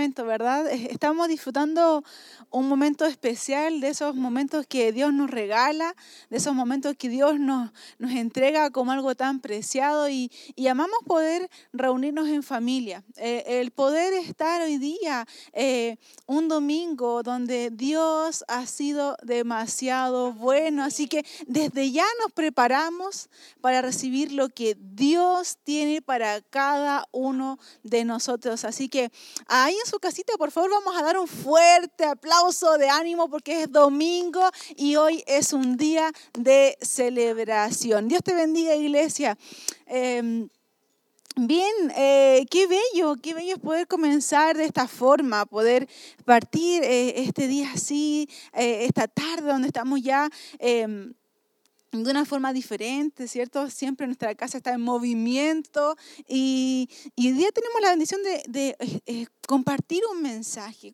momento, ¿verdad? Estamos disfrutando un momento especial, de esos momentos que Dios nos regala, de esos momentos que Dios nos entrega como algo tan preciado y amamos poder reunirnos en familia. El poder estar hoy día, un domingo donde Dios ha sido demasiado bueno. Así que desde ya nos preparamos para recibir lo que Dios tiene para cada uno de nosotros. Así que ahí en su casita, por favor, vamos a dar un fuerte aplauso de ánimo porque es domingo y hoy es un día de celebración. Dios te bendiga, iglesia. Bien, qué bello es poder comenzar de esta forma, poder partir este día así, esta tarde donde estamos ya de una forma diferente, ¿cierto? Siempre nuestra casa está en movimiento y hoy día tenemos la bendición de compartir un mensaje.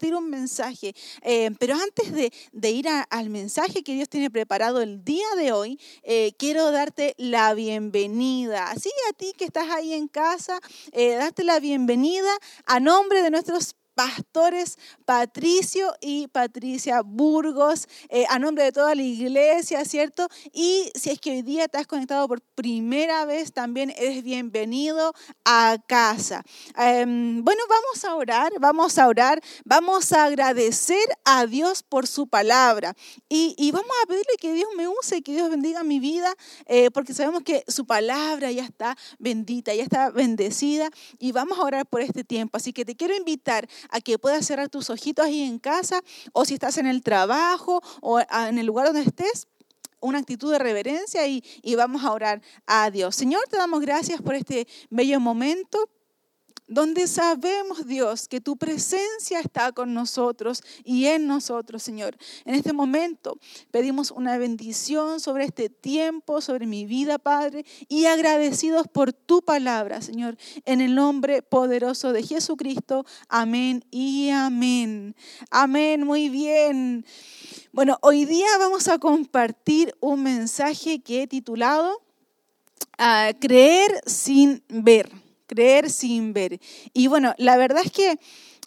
Pero antes de ir al mensaje que Dios tiene preparado el día de hoy, quiero darte la bienvenida. Así a ti que estás ahí en casa, darte la bienvenida a nombre de nuestros pastores Patricio y Patricia Burgos, a nombre de toda la iglesia, ¿cierto? Y si es que hoy día te has conectado por primera vez, también eres bienvenido a casa. Bueno, vamos a orar, vamos a agradecer a Dios por su palabra y vamos a pedirle que Dios me use, que Dios bendiga mi vida, porque sabemos que su palabra ya está bendita, ya está bendecida y vamos a orar por este tiempo. Así que te quiero invitar a que puedas cerrar tus ojitos ahí en casa o si estás en el trabajo o en el lugar donde estés, una actitud de reverencia y vamos a orar a Dios. Señor, te damos gracias por este bello momento donde sabemos, Dios, que tu presencia está con nosotros y en nosotros, Señor. En este momento pedimos una bendición sobre este tiempo, sobre mi vida, Padre, y agradecidos por tu palabra, Señor, en el nombre poderoso de Jesucristo. Amén y amén. Amén, muy bien. Bueno, hoy día vamos a compartir un mensaje que he titulado Creer sin ver. Creer sin ver. Y bueno, la verdad es que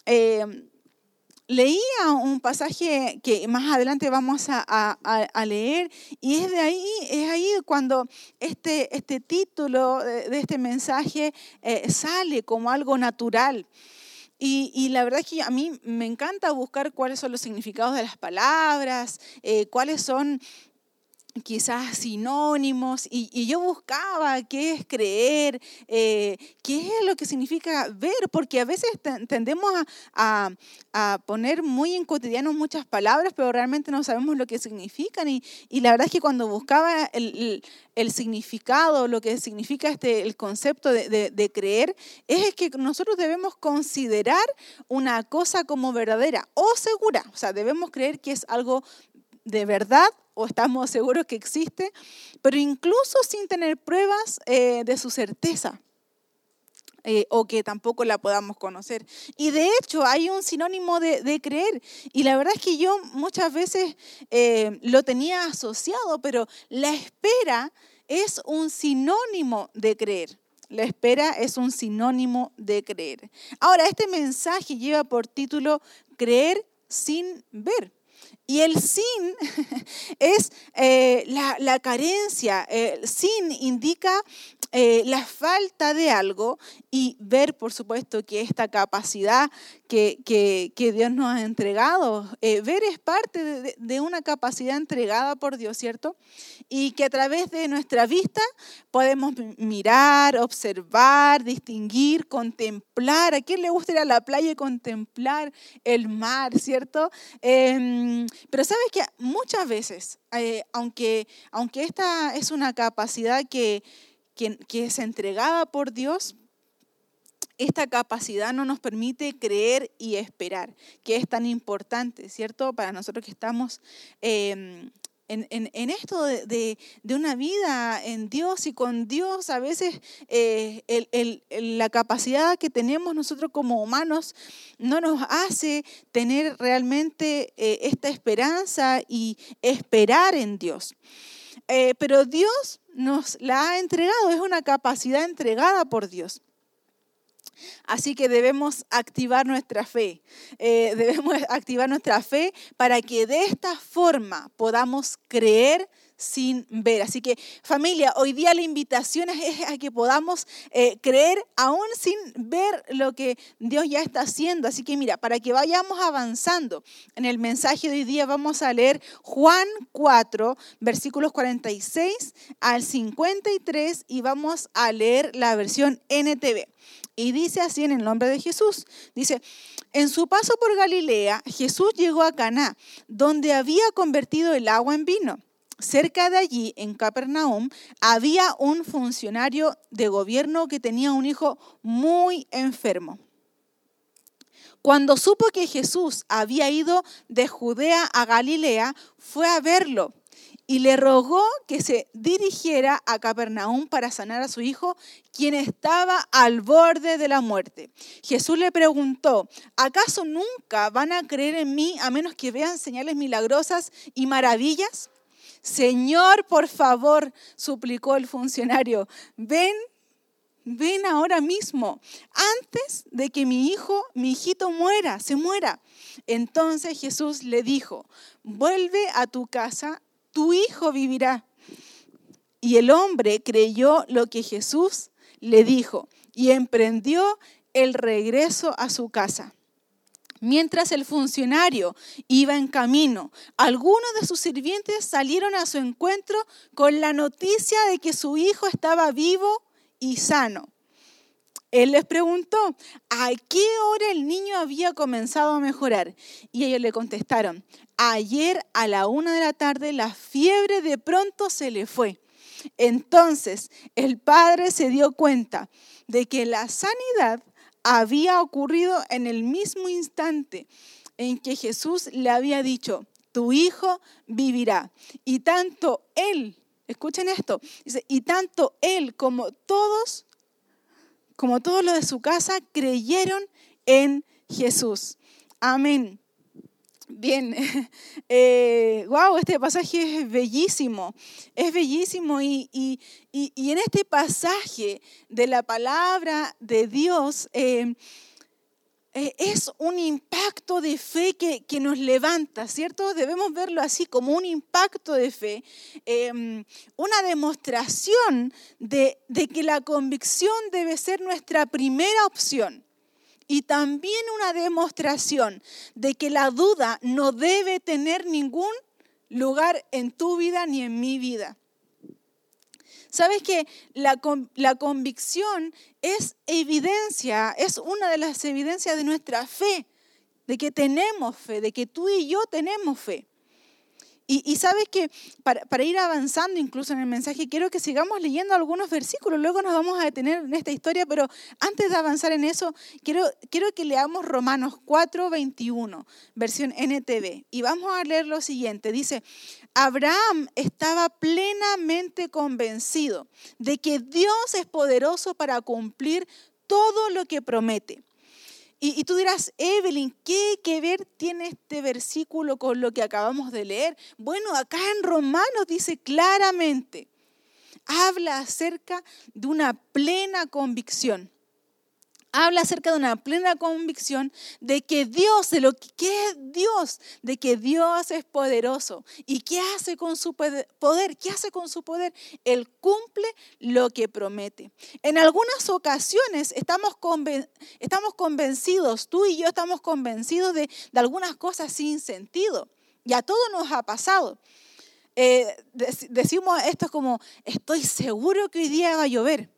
leía un pasaje que más adelante vamos a leer y es ahí cuando este título de este mensaje sale como algo natural. Y la verdad es que a mí me encanta buscar cuáles son los significados de las palabras, cuáles son quizás sinónimos, y yo buscaba qué es creer, qué es lo que significa ver, porque a veces tendemos a poner muy en cotidiano muchas palabras, pero realmente no sabemos lo que significan, y la verdad es que cuando buscaba el significado, lo que significa el concepto de creer, es que nosotros debemos considerar una cosa como verdadera o segura, o sea, debemos creer que es algo de verdad o estamos seguros que existe, pero incluso sin tener pruebas de su certeza o que tampoco la podamos conocer. Y de hecho hay un sinónimo de creer y la verdad es que yo muchas veces lo tenía asociado, pero la espera es un sinónimo de creer. La espera es un sinónimo de creer. Ahora, este mensaje lleva por título Creer sin ver. Y el sin es la carencia. Sin indica la falta de algo y ver, por supuesto, que esta capacidad que Dios nos ha entregado, ver es parte de una capacidad entregada por Dios, ¿cierto? Y que a través de nuestra vista podemos mirar, observar, distinguir, contemplar. ¿A quién le gusta ir a la playa y contemplar el mar, ¿cierto? Pero sabes que muchas veces, aunque esta es una capacidad que es entregada por Dios, esta capacidad no nos permite creer y esperar, que es tan importante, ¿cierto? Para nosotros que estamos en esto de una vida en Dios y con Dios, a veces la capacidad que tenemos nosotros como humanos no nos hace tener realmente esta esperanza y esperar en Dios. Pero Dios nos la ha entregado, es una capacidad entregada por Dios. Así que debemos activar nuestra fe. Debemos activar nuestra fe para que de esta forma podamos creer sin ver. Así que familia, hoy día la invitación es a que podamos creer aún sin ver lo que Dios ya está haciendo. Así que mira, para que vayamos avanzando en el mensaje de hoy día vamos a leer Juan 4, versículos 46 al 53 y vamos a leer la versión NTV. Y dice así en el nombre de Jesús. Dice, en su paso por Galilea, Jesús llegó a Caná, donde había convertido el agua en vino. Cerca de allí, en Capernaum, había un funcionario de gobierno que tenía un hijo muy enfermo. Cuando supo que Jesús había ido de Judea a Galilea, fue a verlo y le rogó que se dirigiera a Capernaum para sanar a su hijo, quien estaba al borde de la muerte. Jesús le preguntó, ¿acaso nunca van a creer en mí a menos que vean señales milagrosas y maravillas? Señor, por favor, suplicó el funcionario, ven ahora mismo, antes de que mi hijito se muera. Entonces Jesús le dijo, vuelve a tu casa, tu hijo vivirá. Y el hombre creyó lo que Jesús le dijo y emprendió el regreso a su casa. Mientras el funcionario iba en camino, algunos de sus sirvientes salieron a su encuentro con la noticia de que su hijo estaba vivo y sano. Él les preguntó, ¿a qué hora el niño había comenzado a mejorar? Y ellos le contestaron, ayer a la 1:00 p.m. la fiebre de pronto se le fue. Entonces el padre se dio cuenta de que la sanidad había ocurrido en el mismo instante en que Jesús le había dicho, tu hijo vivirá. Y tanto él, escuchen esto, dice, y tanto él como todos los de su casa creyeron en Jesús. Amén. Bien, wow, este pasaje es bellísimo y en este pasaje de la palabra de Dios es un impacto de fe que nos levanta, ¿cierto? Debemos verlo así como un impacto de fe, una demostración de que la convicción debe ser nuestra primera opción. Y también una demostración de que la duda no debe tener ningún lugar en tu vida ni en mi vida. ¿Sabes que la convicción es evidencia, es una de las evidencias de nuestra fe, de que tenemos fe, de que tú y yo tenemos fe? Y sabes que para ir avanzando incluso en el mensaje, quiero que sigamos leyendo algunos versículos, luego nos vamos a detener en esta historia, pero antes de avanzar en eso, quiero que leamos Romanos 4:21, versión NTV, y vamos a leer lo siguiente, dice, Abraham estaba plenamente convencido de que Dios es poderoso para cumplir todo lo que promete. Y tú dirás, Evelyn, ¿qué ver tiene este versículo con lo que acabamos de leer? Bueno, acá en Romanos dice claramente, habla acerca de una plena convicción. Habla acerca de una plena convicción de que Dios, de lo que es Dios, de que Dios es poderoso. ¿Y qué hace con su poder? ¿Qué hace con su poder? Él cumple lo que promete. En algunas ocasiones estamos convencidos, tú y yo estamos convencidos de algunas cosas sin sentido. Y a todos nos ha pasado. Decimos esto como, estoy seguro que hoy día va a llover.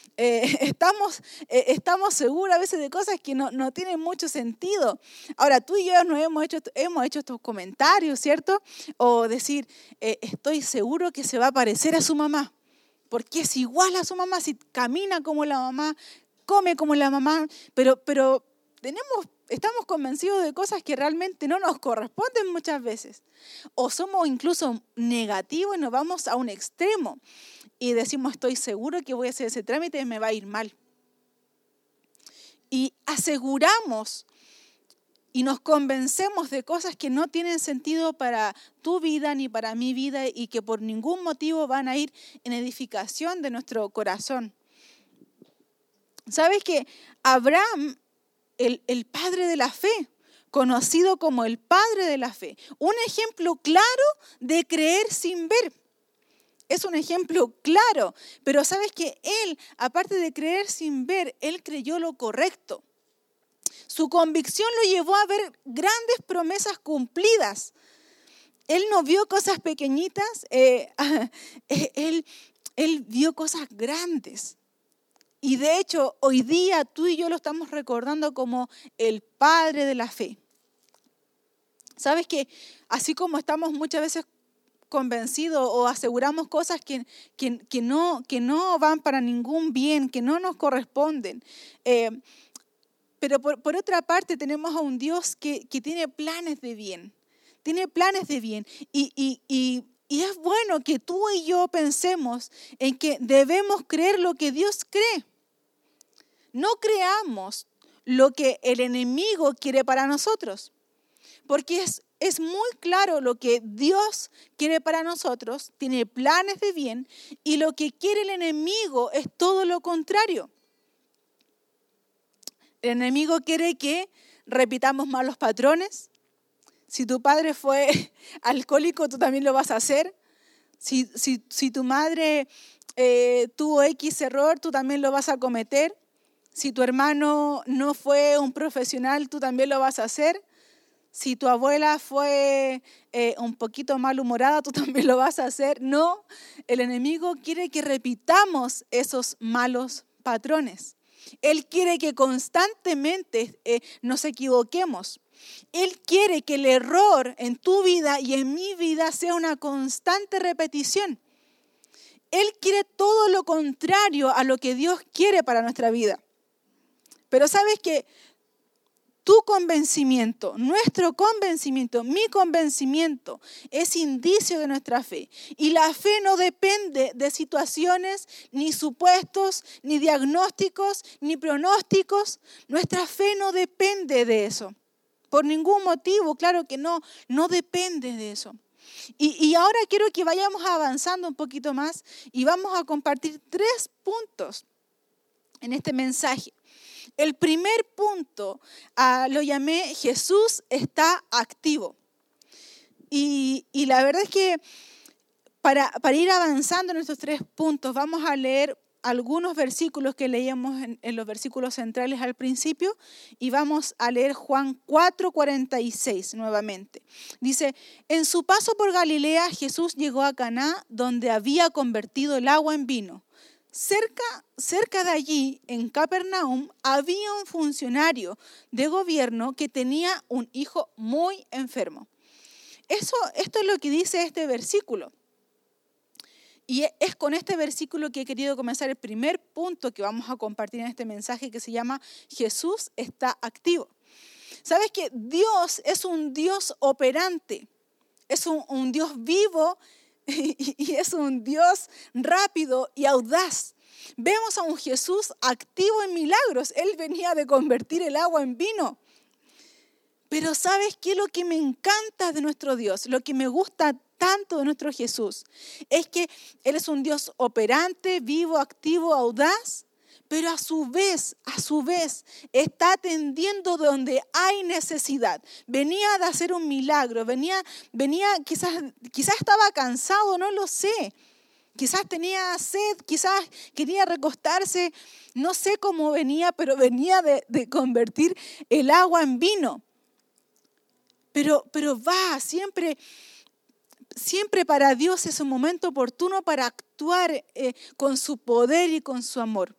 Estamos seguros a veces de cosas que no tienen mucho sentido. Ahora, tú y yo nos hemos hecho estos comentarios, ¿cierto? O decir, estoy seguro que se va a parecer a su mamá, porque es igual a su mamá, si camina como la mamá, come como la mamá, pero estamos convencidos de cosas que realmente no nos corresponden muchas veces. O somos incluso negativos y nos vamos a un extremo. Y decimos, estoy seguro que voy a hacer ese trámite y me va a ir mal. Y aseguramos y nos convencemos de cosas que no tienen sentido para tu vida ni para mi vida y que por ningún motivo van a ir en edificación de nuestro corazón. ¿Sabes que Abraham, el padre de la fe, conocido como el padre de la fe, un ejemplo claro de creer sin ver? Es un ejemplo claro, pero sabes que él, aparte de creer sin ver, él creyó lo correcto. Su convicción lo llevó a ver grandes promesas cumplidas. Él no vio cosas pequeñitas, él vio cosas grandes. Y de hecho, hoy día tú y yo lo estamos recordando como el padre de la fe. ¿Sabes que así como estamos muchas veces convencidos o aseguramos cosas que no van para ningún bien, que no nos corresponden? Pero por otra parte tenemos a un Dios que tiene planes de bien. Tiene planes de bien. Y es bueno que tú y yo pensemos en que debemos creer lo que Dios cree. No creamos lo que el enemigo quiere para nosotros. Porque es muy claro lo que Dios quiere para nosotros, tiene planes de bien, y lo que quiere el enemigo es todo lo contrario. El enemigo quiere que repitamos malos patrones. Si tu padre fue alcohólico, tú también lo vas a hacer. Si tu madre tuvo X error, tú también lo vas a cometer. Si tu hermano no fue un profesional, tú también lo vas a hacer. Si tu abuela fue un poquito malhumorada, tú también lo vas a hacer. No, el enemigo quiere que repitamos esos malos patrones. Él quiere que constantemente nos equivoquemos. Él quiere que el error en tu vida y en mi vida sea una constante repetición. Él quiere todo lo contrario a lo que Dios quiere para nuestra vida. Pero sabes que tu convencimiento, nuestro convencimiento, mi convencimiento es indicio de nuestra fe. Y la fe no depende de situaciones, ni supuestos, ni diagnósticos, ni pronósticos. Nuestra fe no depende de eso. Por ningún motivo, claro que no depende de eso. Y ahora quiero que vayamos avanzando un poquito más y vamos a compartir 3 puntos en este mensaje. El primer punto lo llamé Jesús está activo. Y la verdad es que para ir avanzando en estos 3 puntos vamos a leer algunos versículos que leíamos en los versículos centrales al principio y vamos a leer Juan 4:46 nuevamente. Dice, en su paso por Galilea Jesús llegó a Caná donde había convertido el agua en vino. Cerca de allí, en Capernaum, había un funcionario de gobierno que tenía un hijo muy enfermo. Esto es lo que dice este versículo. Y es con este versículo que he querido comenzar el primer punto que vamos a compartir en este mensaje que se llama Jesús está activo. ¿Sabes que Dios es un Dios operante? Es un Dios vivo y es un Dios rápido y audaz. Vemos a un Jesús activo en milagros. Él venía de convertir el agua en vino. Pero ¿sabes qué? Lo que me encanta de nuestro Dios, lo que me gusta tanto de nuestro Jesús, es que Él es un Dios operante, vivo, activo, audaz, pero a su vez está atendiendo donde hay necesidad. Venía de hacer un milagro, venía quizás estaba cansado, no lo sé. Quizás tenía sed, quizás quería recostarse, no sé cómo venía, pero venía de convertir el agua en vino. Pero va, siempre para Dios es un momento oportuno para actuar con su poder y con su amor.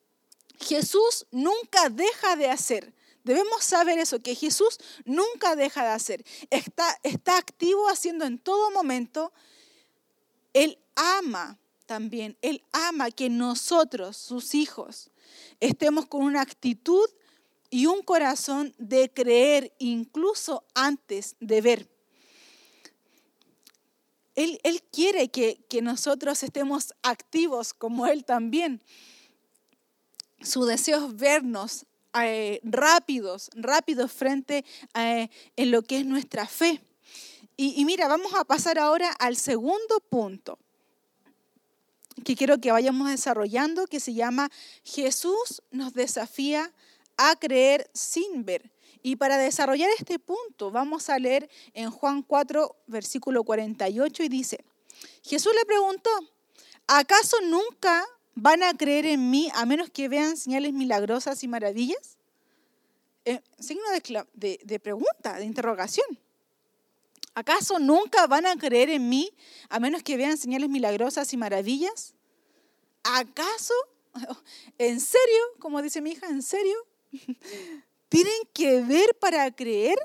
Jesús nunca deja de hacer. Debemos saber eso, que Jesús nunca deja de hacer. Está activo haciendo en todo momento. Él ama también, Él ama que nosotros, sus hijos, estemos con una actitud y un corazón de creer incluso antes de ver. Él quiere que nosotros estemos activos como Él también. Su deseo es vernos rápidos frente en lo que es nuestra fe. Y mira, vamos a pasar ahora al segundo punto. que quiero que vayamos desarrollando, que se llama Jesús nos desafía a creer sin ver. Y para desarrollar este punto vamos a leer en Juan 4, versículo 48 y dice, Jesús le preguntó, ¿acaso nunca van a creer en mí a menos que vean señales milagrosas y maravillas? Signo de pregunta, de interrogación. ¿Acaso nunca van a creer en mí a menos que vean señales milagrosas y maravillas? ¿Acaso? ¿En serio? Como dice mi hija, ¿en serio? ¿Tienen que ver para creer?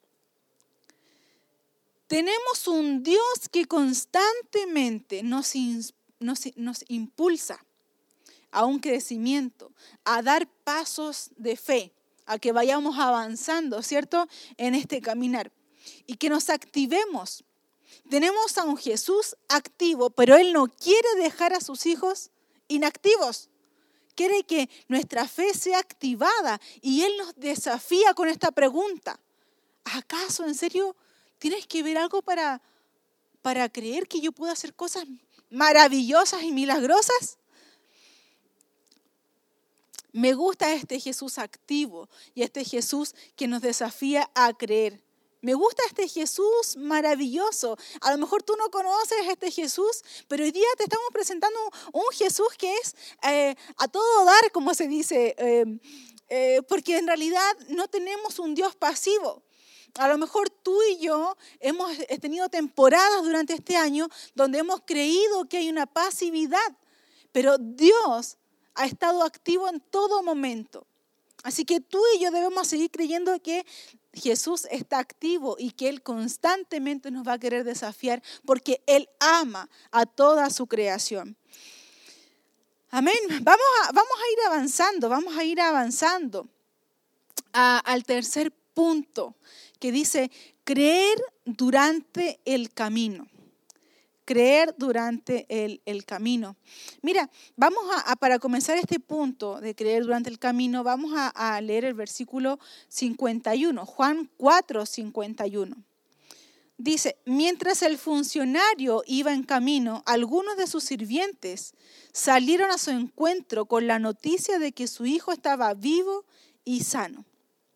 Tenemos un Dios que constantemente nos impulsa a un crecimiento, a dar pasos de fe, a que vayamos avanzando, ¿cierto?, en este caminar y que nos activemos. Tenemos a un Jesús activo, pero Él no quiere dejar a sus hijos inactivos. Quiere que nuestra fe sea activada y Él nos desafía con esta pregunta. ¿Acaso en serio tienes que ver algo para creer que yo puedo hacer cosas maravillosas y milagrosas? Me gusta este Jesús activo y este Jesús que nos desafía a creer. Me gusta este Jesús maravilloso. A lo mejor tú no conoces a este Jesús, pero hoy día te estamos presentando un Jesús que es a todo dar, como se dice, porque en realidad no tenemos un Dios pasivo. A lo mejor tú y yo hemos tenido temporadas durante este año donde hemos creído que hay una pasividad, pero Dios ha estado activo en todo momento. Así que tú y yo debemos seguir creyendo que Jesús está activo y que Él constantemente nos va a querer desafiar porque Él ama a toda su creación. Amén. Vamos a ir avanzando al tercer punto que dice creer durante el camino. Creer durante el camino. Mira, vamos para comenzar este punto de creer durante el camino, vamos a leer el versículo 51, Juan 4, 51. Dice, mientras el funcionario iba en camino, algunos de sus sirvientes salieron a su encuentro con la noticia de que su hijo estaba vivo y sano.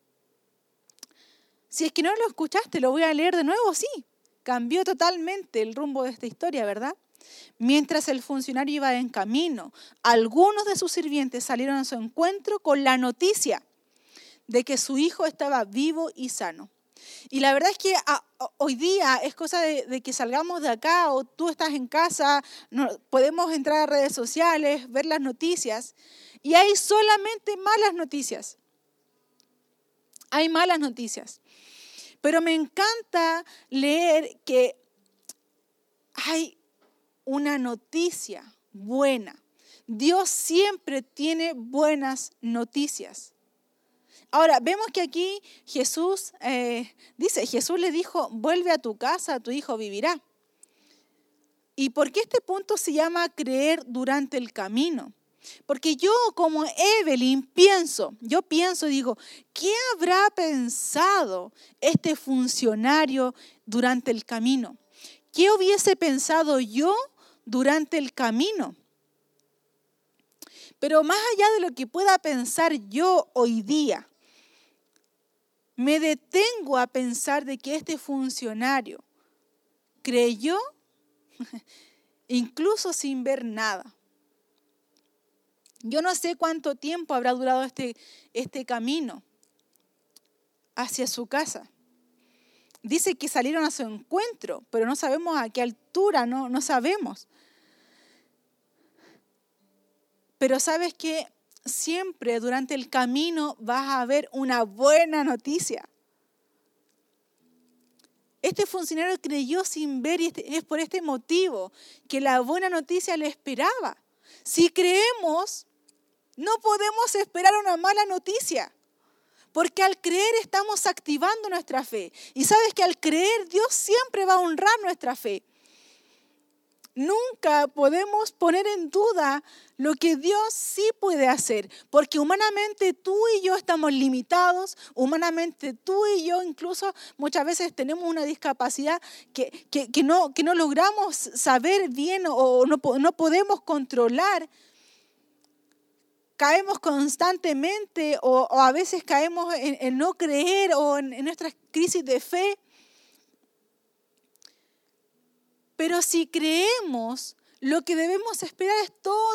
Si es que no lo escuchaste, lo voy a leer de nuevo, sí. Cambió totalmente el rumbo de esta historia, ¿verdad? Mientras el funcionario iba en camino, algunos de sus sirvientes salieron a su encuentro con la noticia de que su hijo estaba vivo y sano. Y la verdad es que hoy día es cosa de que salgamos de acá o tú estás en casa, podemos entrar a redes sociales, ver las noticias y hay solamente malas noticias. Hay malas noticias. Pero me encanta leer que hay una noticia buena. Dios siempre tiene buenas noticias. Ahora, vemos que aquí Jesús Jesús le dijo, vuelve a tu casa, tu hijo vivirá. ¿Y por qué este punto se llama creer durante el camino? Porque yo como Evelyn pienso, digo, ¿qué habrá pensado este funcionario durante el camino? ¿Qué hubiese pensado yo durante el camino? Pero más allá de lo que pueda pensar yo hoy día, me detengo a pensar de que este funcionario creyó incluso sin ver nada. Yo no sé cuánto tiempo habrá durado este camino hacia su casa. Dice que salieron a su encuentro, pero no sabemos a qué altura, no sabemos. Pero sabes que siempre durante el camino vas a ver una buena noticia. Este funcionario creyó sin ver y es por este motivo que la buena noticia le esperaba. Si creemos, no podemos esperar una mala noticia, porque al creer estamos activando nuestra fe. Y sabes que al creer Dios siempre va a honrar nuestra fe. Nunca podemos poner en duda lo que Dios sí puede hacer, porque humanamente tú y yo estamos limitados, humanamente tú y yo incluso muchas veces tenemos una discapacidad que no logramos saber bien o no podemos controlar. Caemos constantemente o a veces caemos en no creer o en nuestras crisis de fe. Pero si creemos, lo que debemos esperar es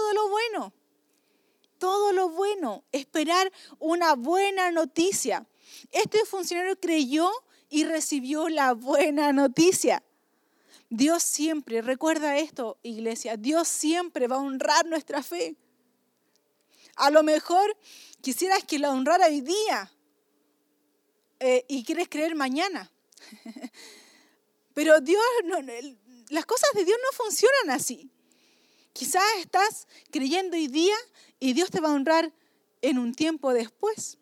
todo lo bueno, esperar una buena noticia. Este funcionario creyó y recibió la buena noticia. Dios siempre, recuerda esto, iglesia, Dios siempre va a honrar nuestra fe. A lo mejor quisieras que la honrara hoy día y quieres creer mañana. Pero Dios, las cosas de Dios no funcionan así. Quizás estás creyendo hoy día y Dios te va a honrar en un tiempo después.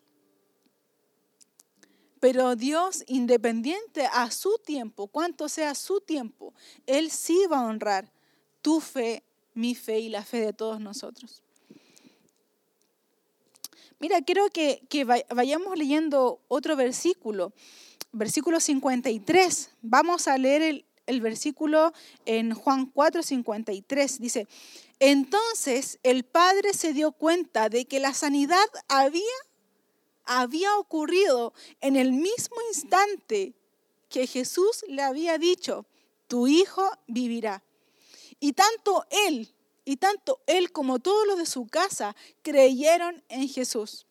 Pero Dios, independiente a su tiempo, cuanto sea su tiempo, Él sí va a honrar tu fe, mi fe y la fe de todos nosotros. Mira, quiero que vayamos leyendo otro versículo, versículo 53. Vamos a leer el versículo en Juan 4:53. Dice, entonces el Padre se dio cuenta de que la sanidad había ocurrido en el mismo instante que Jesús le había dicho, tu hijo vivirá. Y tanto él como todos los de su casa creyeron en Jesús.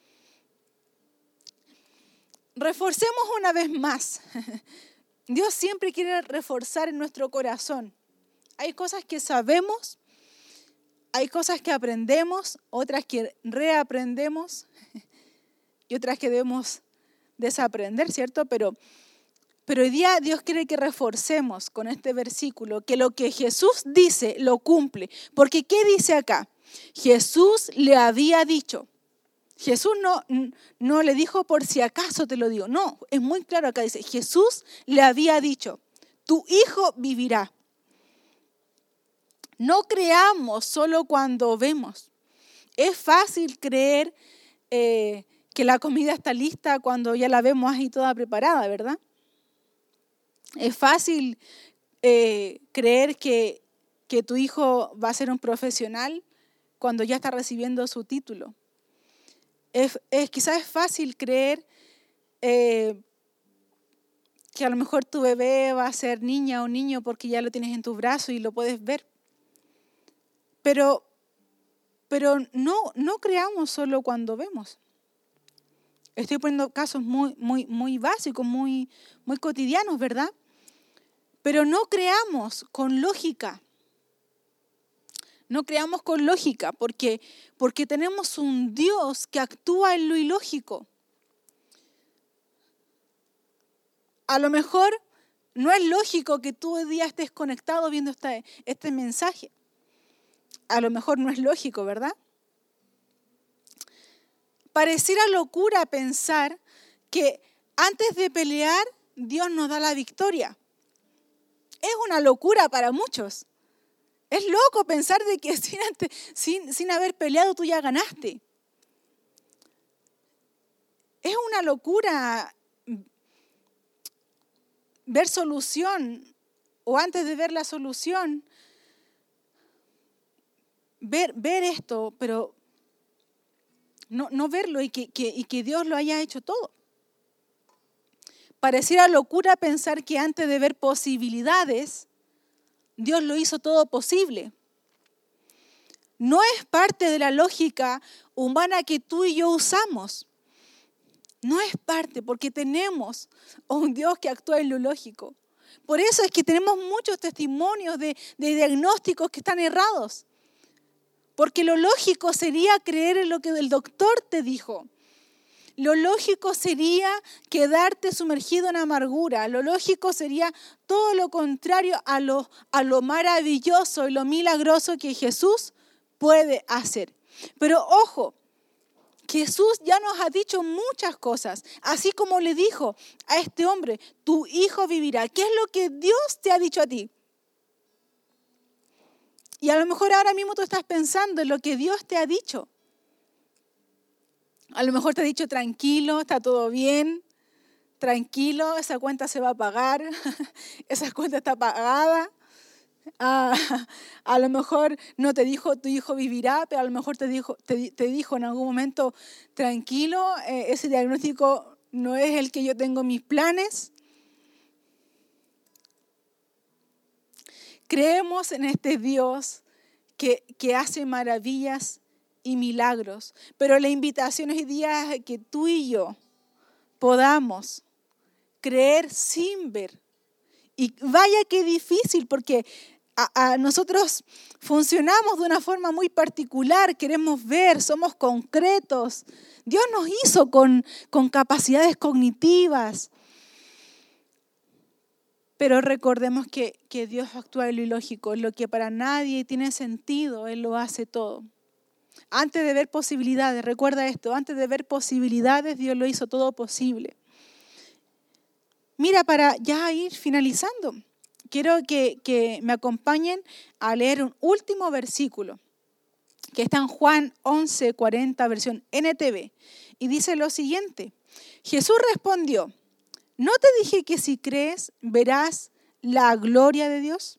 Reforcemos una vez más. Dios siempre quiere reforzar en nuestro corazón. Hay cosas que sabemos, hay cosas que aprendemos, otras que reaprendemos y otras que debemos desaprender, ¿cierto? Pero hoy día Dios quiere que reforcemos con este versículo que lo que Jesús dice lo cumple. Porque ¿qué dice acá? Jesús le había dicho. Jesús no le dijo por si acaso te lo digo. No, es muy claro acá. Dice, Jesús le había dicho, tu hijo vivirá. No creamos solo cuando vemos. Es fácil creer que la comida está lista cuando ya la vemos ahí toda preparada, ¿verdad? Es fácil creer que tu hijo va a ser un profesional cuando ya está recibiendo su título. Quizás es fácil creer que a lo mejor tu bebé va a ser niña o niño porque ya lo tienes en tus brazos y lo puedes ver. Pero no creamos solo cuando vemos. Estoy poniendo casos muy básicos, muy cotidianos, ¿verdad? Pero no creamos con lógica. No creamos con lógica porque tenemos un Dios que actúa en lo ilógico. A lo mejor no es lógico que tú hoy día estés conectado viendo este mensaje. A lo mejor no es lógico, ¿verdad? Pareciera locura pensar que antes de pelear Dios nos da la victoria. Es una locura para muchos. Es loco pensar de que sin haber peleado tú ya ganaste. Es una locura ver solución o antes de ver la solución, ver esto, pero no verlo y que Dios lo haya hecho todo. Pareciera locura pensar que antes de ver posibilidades, Dios lo hizo todo posible. No es parte de la lógica humana que tú y yo usamos. No es parte, porque tenemos a un Dios que actúa en lo lógico. Por eso es que tenemos muchos testimonios de diagnósticos que están errados. Porque lo lógico sería creer en lo que el doctor te dijo. Lo lógico sería quedarte sumergido en amargura. Lo lógico sería todo lo contrario a lo maravilloso y lo milagroso que Jesús puede hacer. Pero ojo, Jesús ya nos ha dicho muchas cosas, así como le dijo a este hombre, tu hijo vivirá. ¿Qué es lo que Dios te ha dicho a ti? Y a lo mejor ahora mismo tú estás pensando en lo que Dios te ha dicho. A lo mejor te ha dicho tranquilo, está todo bien, tranquilo, esa cuenta se va a pagar, esa cuenta está pagada. A lo mejor no te dijo tu hijo vivirá, pero a lo mejor te dijo en algún momento tranquilo, ese diagnóstico no es el que yo tengo en mis planes. Creemos en este Dios que hace maravillas y milagros, pero la invitación hoy día es que tú y yo podamos creer sin ver. Y vaya qué difícil, porque nosotros funcionamos de una forma muy particular, queremos ver, somos concretos. Dios nos hizo con capacidades cognitivas. Pero recordemos que Dios actúa en lo ilógico, en lo que para nadie tiene sentido, Él lo hace todo. Antes de ver posibilidades, recuerda esto, antes de ver posibilidades, Dios lo hizo todo posible. Mira, para ya ir finalizando, quiero que me acompañen a leer un último versículo, que está en Juan 11:40, versión NTV, y dice lo siguiente: Jesús respondió, ¿no te dije que si crees verás la gloria de Dios?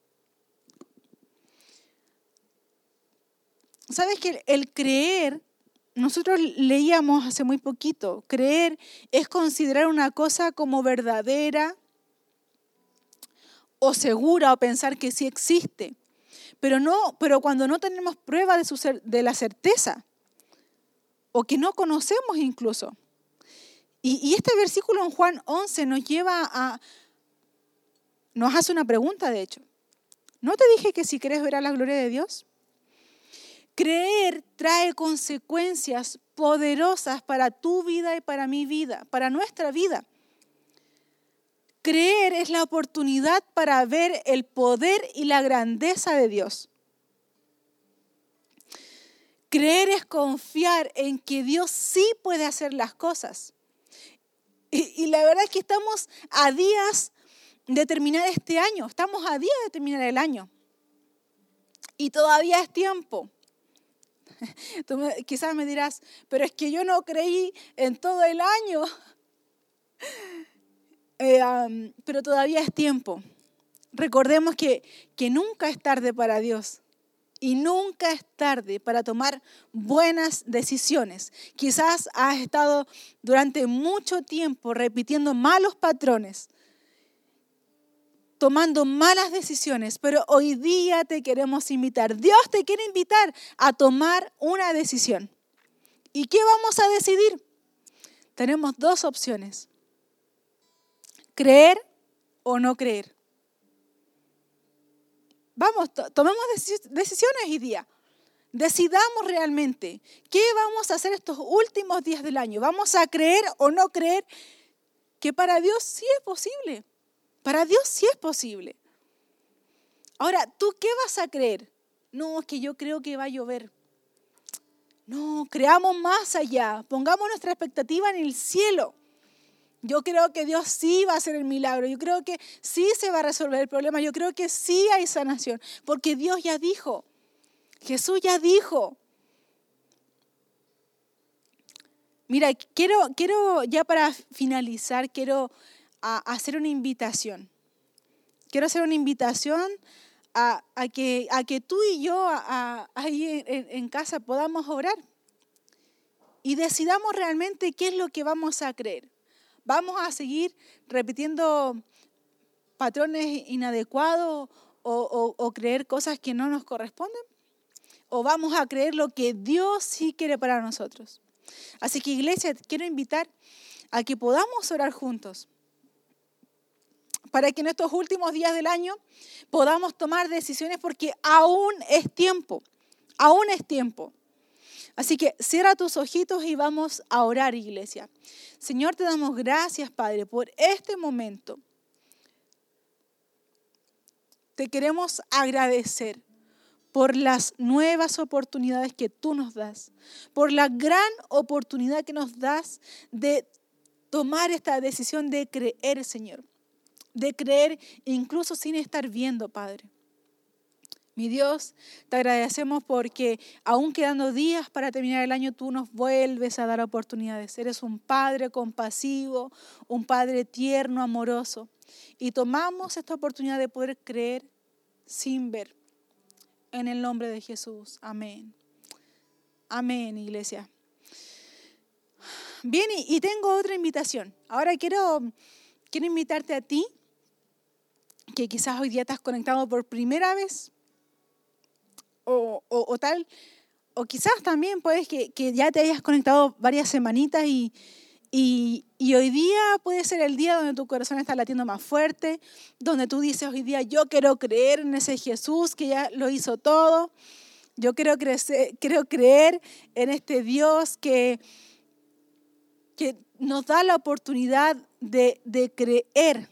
¿Sabes que el creer, nosotros leíamos hace muy poquito, creer es considerar una cosa como verdadera o segura o pensar que sí existe, pero cuando no tenemos prueba de la certeza o que no conocemos incluso. Y este versículo en Juan 11 nos hace una pregunta, de hecho. ¿No te dije que si crees verás la gloria de Dios? Creer trae consecuencias poderosas para tu vida y para mi vida, para nuestra vida. Creer es la oportunidad para ver el poder y la grandeza de Dios. Creer es confiar en que Dios sí puede hacer las cosas. Y la verdad es que estamos a días de terminar este año, estamos a días de terminar el año. Y todavía es tiempo. Tú quizás me dirás, pero es que yo no creí en todo el año. Pero todavía es tiempo. Recordemos que nunca es tarde para Dios. Y nunca es tarde para tomar buenas decisiones. Quizás has estado durante mucho tiempo repitiendo malos patrones, tomando malas decisiones, pero hoy día te queremos invitar. Dios te quiere invitar a tomar una decisión. ¿Y qué vamos a decidir? Tenemos dos opciones: creer o no creer. Vamos, tomemos decisiones hoy día. Decidamos realmente qué vamos a hacer estos últimos días del año. ¿Vamos a creer o no creer que para Dios sí es posible? Para Dios sí es posible. Ahora, ¿tú qué vas a creer? No, es que yo creo que va a llover. No, creamos más allá. Pongamos nuestra expectativa en el cielo. Yo creo que Dios sí va a hacer el milagro. Yo creo que sí se va a resolver el problema. Yo creo que sí hay sanación. Porque Dios ya dijo. Jesús ya dijo. Mira, quiero ya para finalizar, quiero hacer una invitación. Quiero hacer una invitación a que tú y yo ahí en casa podamos orar. Y decidamos realmente qué es lo que vamos a creer. ¿Vamos a seguir repitiendo patrones inadecuados o creer cosas que no nos corresponden? ¿O vamos a creer lo que Dios sí quiere para nosotros? Así que, iglesia, te quiero invitar a que podamos orar juntos para que en estos últimos días del año podamos tomar decisiones, porque aún es tiempo, aún es tiempo. Así que cierra tus ojitos y vamos a orar, iglesia. Señor, te damos gracias, Padre, por este momento. Te queremos agradecer por las nuevas oportunidades que tú nos das, por la gran oportunidad que nos das de tomar esta decisión de creer, Señor, de creer incluso sin estar viendo, Padre. Mi Dios, te agradecemos porque aún quedando días para terminar el año, tú nos vuelves a dar oportunidades. Eres un Padre compasivo, un Padre tierno, amoroso. Y tomamos esta oportunidad de poder creer sin ver. En el nombre de Jesús. Amén. Amén, iglesia. Bien, y tengo otra invitación. Ahora quiero invitarte a ti, que quizás hoy día estás conectado por primera vez. O tal, o quizás también puedes que ya te hayas conectado varias semanitas y hoy día puede ser el día donde tu corazón está latiendo más fuerte, donde tú dices hoy día, yo quiero creer en ese Jesús que ya lo hizo todo. Yo quiero creer en este Dios que nos da la oportunidad de creer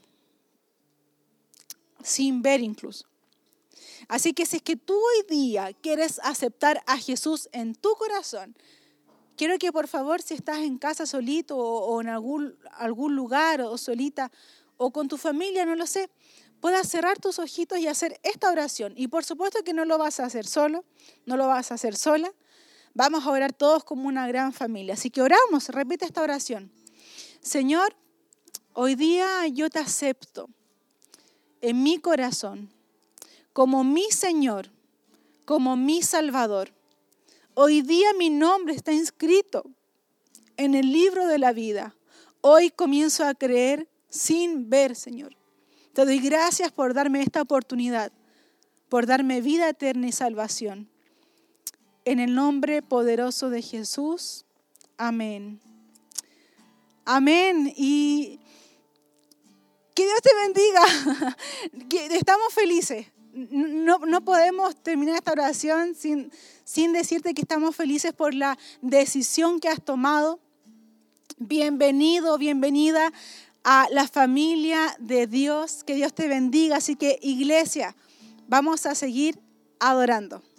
sin ver incluso. Así que si es que tú hoy día quieres aceptar a Jesús en tu corazón, quiero que por favor, si estás en casa solito o en algún lugar o solita o con tu familia, no lo sé, puedas cerrar tus ojitos y hacer esta oración. Y por supuesto que no lo vas a hacer solo, no lo vas a hacer sola. Vamos a orar todos como una gran familia. Así que oramos, repite esta oración. Señor, hoy día yo te acepto en mi corazón como mi Señor, como mi Salvador. Hoy día mi nombre está inscrito en el libro de la vida. Hoy comienzo a creer sin ver, Señor. Te doy gracias por darme esta oportunidad, por darme vida eterna y salvación. En el nombre poderoso de Jesús. Amén. Amén. Y que Dios te bendiga. Que estamos felices. No podemos terminar esta oración sin decirte que estamos felices por la decisión que has tomado. Bienvenido, bienvenida a la familia de Dios. Que Dios te bendiga. Así que, iglesia, vamos a seguir adorando.